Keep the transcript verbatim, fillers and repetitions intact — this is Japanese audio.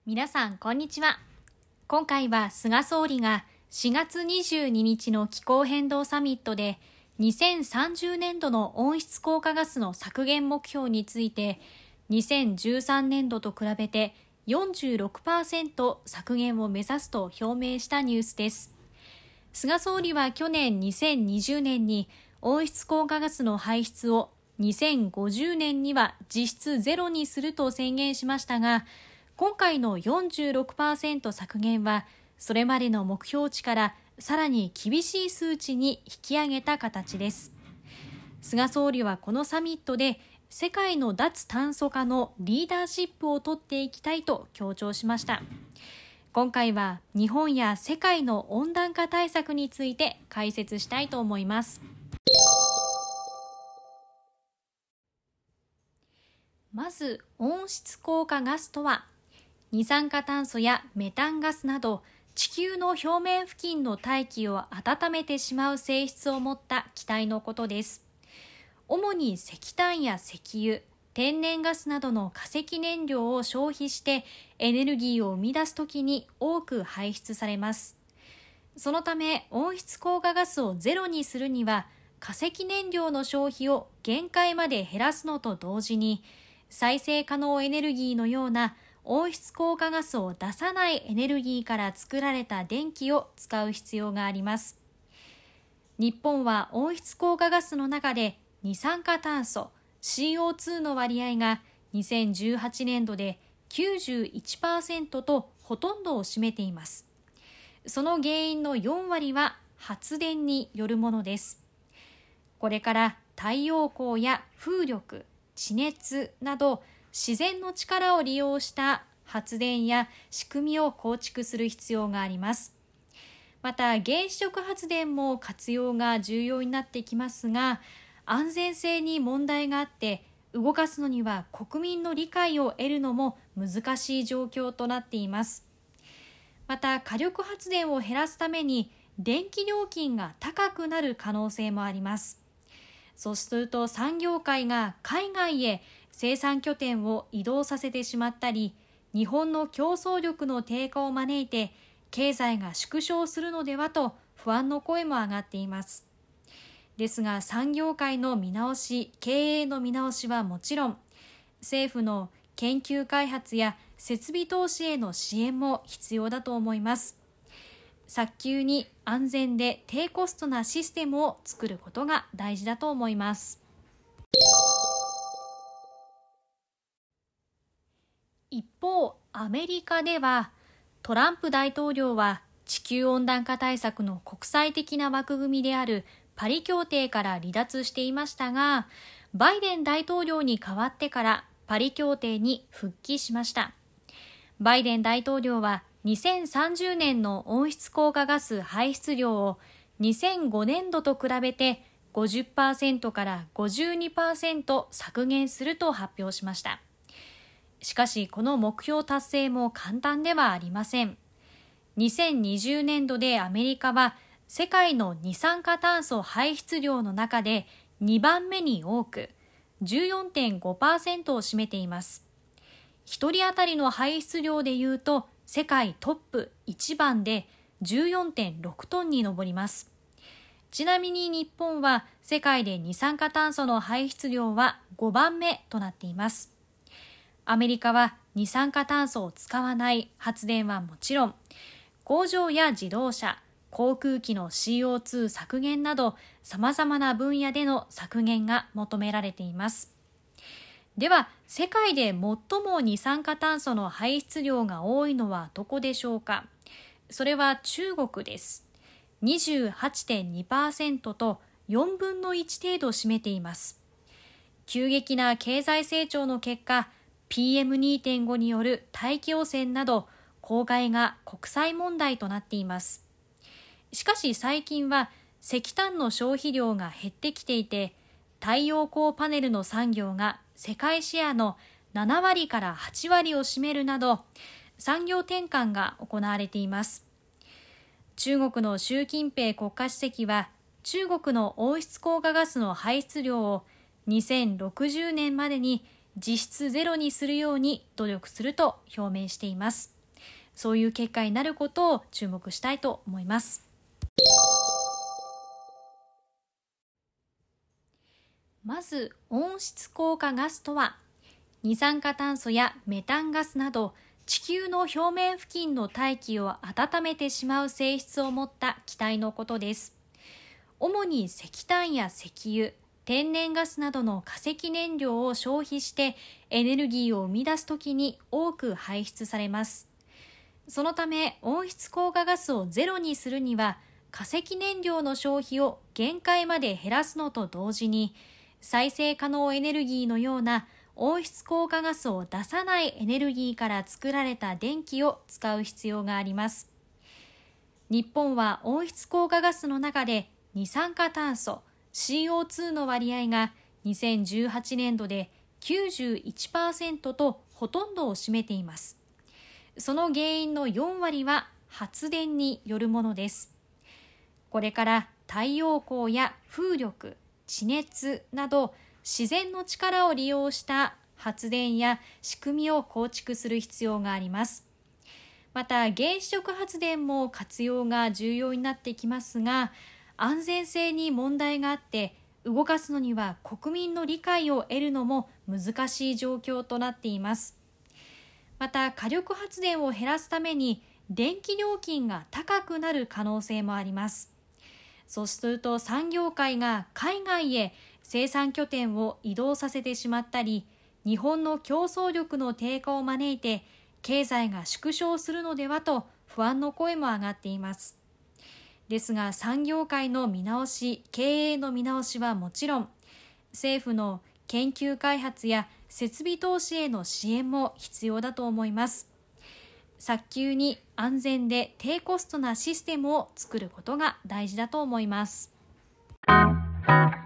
皆さんこんにちは。今回は菅総理がしがつにじゅうににちの気候変動サミットでにせんさんじゅうねんどの温室効果ガスの削減目標についてにせんじゅうさんねんどと比べて よんじゅうろくパーセント 削減を目指すと表明したニュースです。菅総理は去年にせんにじゅうねんに温室効果ガスの排出をにせんごじゅうねんには実質ゼロにすると宣言しましたが、今回の よんじゅうろくパーセント 削減はそれまでの目標値からさらに厳しい数値に引き上げた形です。菅総理はこのサミットで世界の脱炭素化のリーダーシップを取っていきたいと強調しました。今回は日本や世界の温暖化対策について解説したいと思います。まず、温室効果ガスとは、二酸化炭素やメタンガスなど地球の表面付近の大気を温めてしまう性質を持った気体のことです。主に石炭や石油、天然ガスなどの化石燃料を消費してエネルギーを生み出すときに多く排出されます。そのため温室効果ガスをゼロにするには化石燃料の消費を限界まで減らすのと同時に再生可能エネルギーのような温室効果ガスを出さないエネルギーから作られた電気を使う必要があります。日本は温室効果ガスの中で二酸化炭素 シーオーツー の割合がにせんじゅうはちねんどで きゅうじゅういちパーセント とほとんどを占めています。その原因のよんわりは発電によるものです。これから太陽光や風力、地熱など自然の力を利用した発電や仕組みを構築する必要があります。また原子力発電も活用が重要になってきますが、安全性に問題があって動かすのには国民の理解を得るのも難しい状況となっています。また火力発電を減らすために電気料金が高くなる可能性もあります。そうすると産業界が海外へ生産拠点を移動させてしまったり、日本の競争力の低下を招いて経済が縮小するのではと不安の声も上がっています。ですが産業界の見直し、経営の見直しはもちろん、政府の研究開発や設備投資への支援も必要だと思います。早急に安全で低コストなシステムを作ることが大事だと思います。一方、アメリカではトランプ大統領は地球温暖化対策の国際的な枠組みであるパリ協定から離脱していましたが、バイデン大統領に代わってからパリ協定に復帰しました。バイデン大統領はにせんさんじゅうねんの温室効果ガス排出量をにせんごねんどと比べて ごじゅっパーセント から ごじゅうにパーセント 削減すると発表しました。しかしこの目標達成も簡単ではありません。にせんにじゅうねんどでアメリカは世界の二酸化炭素排出量の中でにばんめに多く じゅうよんてんごパーセント を占めています。ひとり当たりの排出量でいうと世界トップいちばんで じゅうよんてんろくトンに上ります。ちなみに日本は世界で二酸化炭素の排出量はごばんめとなっています。アメリカは二酸化炭素を使わない発電はもちろん、工場や自動車、航空機の シーオーツー 削減など様々な分野での削減が求められています。では世界で最も二酸化炭素の排出量が多いのはどこでしょうか。それは中国です。 にじゅうはちてんにパーセント とよんぶんのいち程度占めています。急激な経済成長の結果、 ピーエムにてんご による大気汚染など公害が国際問題となっています。しかし最近は石炭の消費量が減ってきていて、太陽光パネルの産業が世界シェアのななわりからはちわりを占めるなど産業転換が行われています。中国の習近平国家主席は中国の温室効果ガスの排出量をにせんろくじゅうねんまでに実質ゼロにするように努力すると表明しています。 そういう結果になることを注目したいと思います。まず、温室効果ガスとは、二酸化炭素やメタンガスなど地球の表面付近の大気を温めてしまう性質を持った気体のことです。主に石炭や石油、天然ガスなどの化石燃料を消費してエネルギーを生み出すときに多く排出されます。そのため温室効果ガスをゼロにするには、化石燃料の消費を限界まで減らすのと同時に、再生可能エネルギーのような温室効果ガスを出さないエネルギーから作られた電気を使う必要があります。日本は温室効果ガスの中で二酸化炭素 シーオーツー の割合がにせんじゅうはちねんどで きゅうじゅういちパーセント とほとんどを占めています。その原因のよんわりは発電によるものです。これから太陽光や風力、地熱など自然の力を利用した発電や仕組みを構築する必要があります。また原子力発電も活用が重要になってきますが、安全性に問題があって動かすのには国民の理解を得るのも難しい状況となっています。また火力発電を減らすために電気料金が高くなる可能性もあります。そうすると産業界が海外へ生産拠点を移動させてしまったり、日本の競争力の低下を招いて経済が縮小するのではと不安の声も上がっています。ですが産業界の見直し、経営の見直しはもちろん、政府の研究開発や設備投資への支援も必要だと思います。早急に安全で低コストなシステムを作ることが大事だと思います。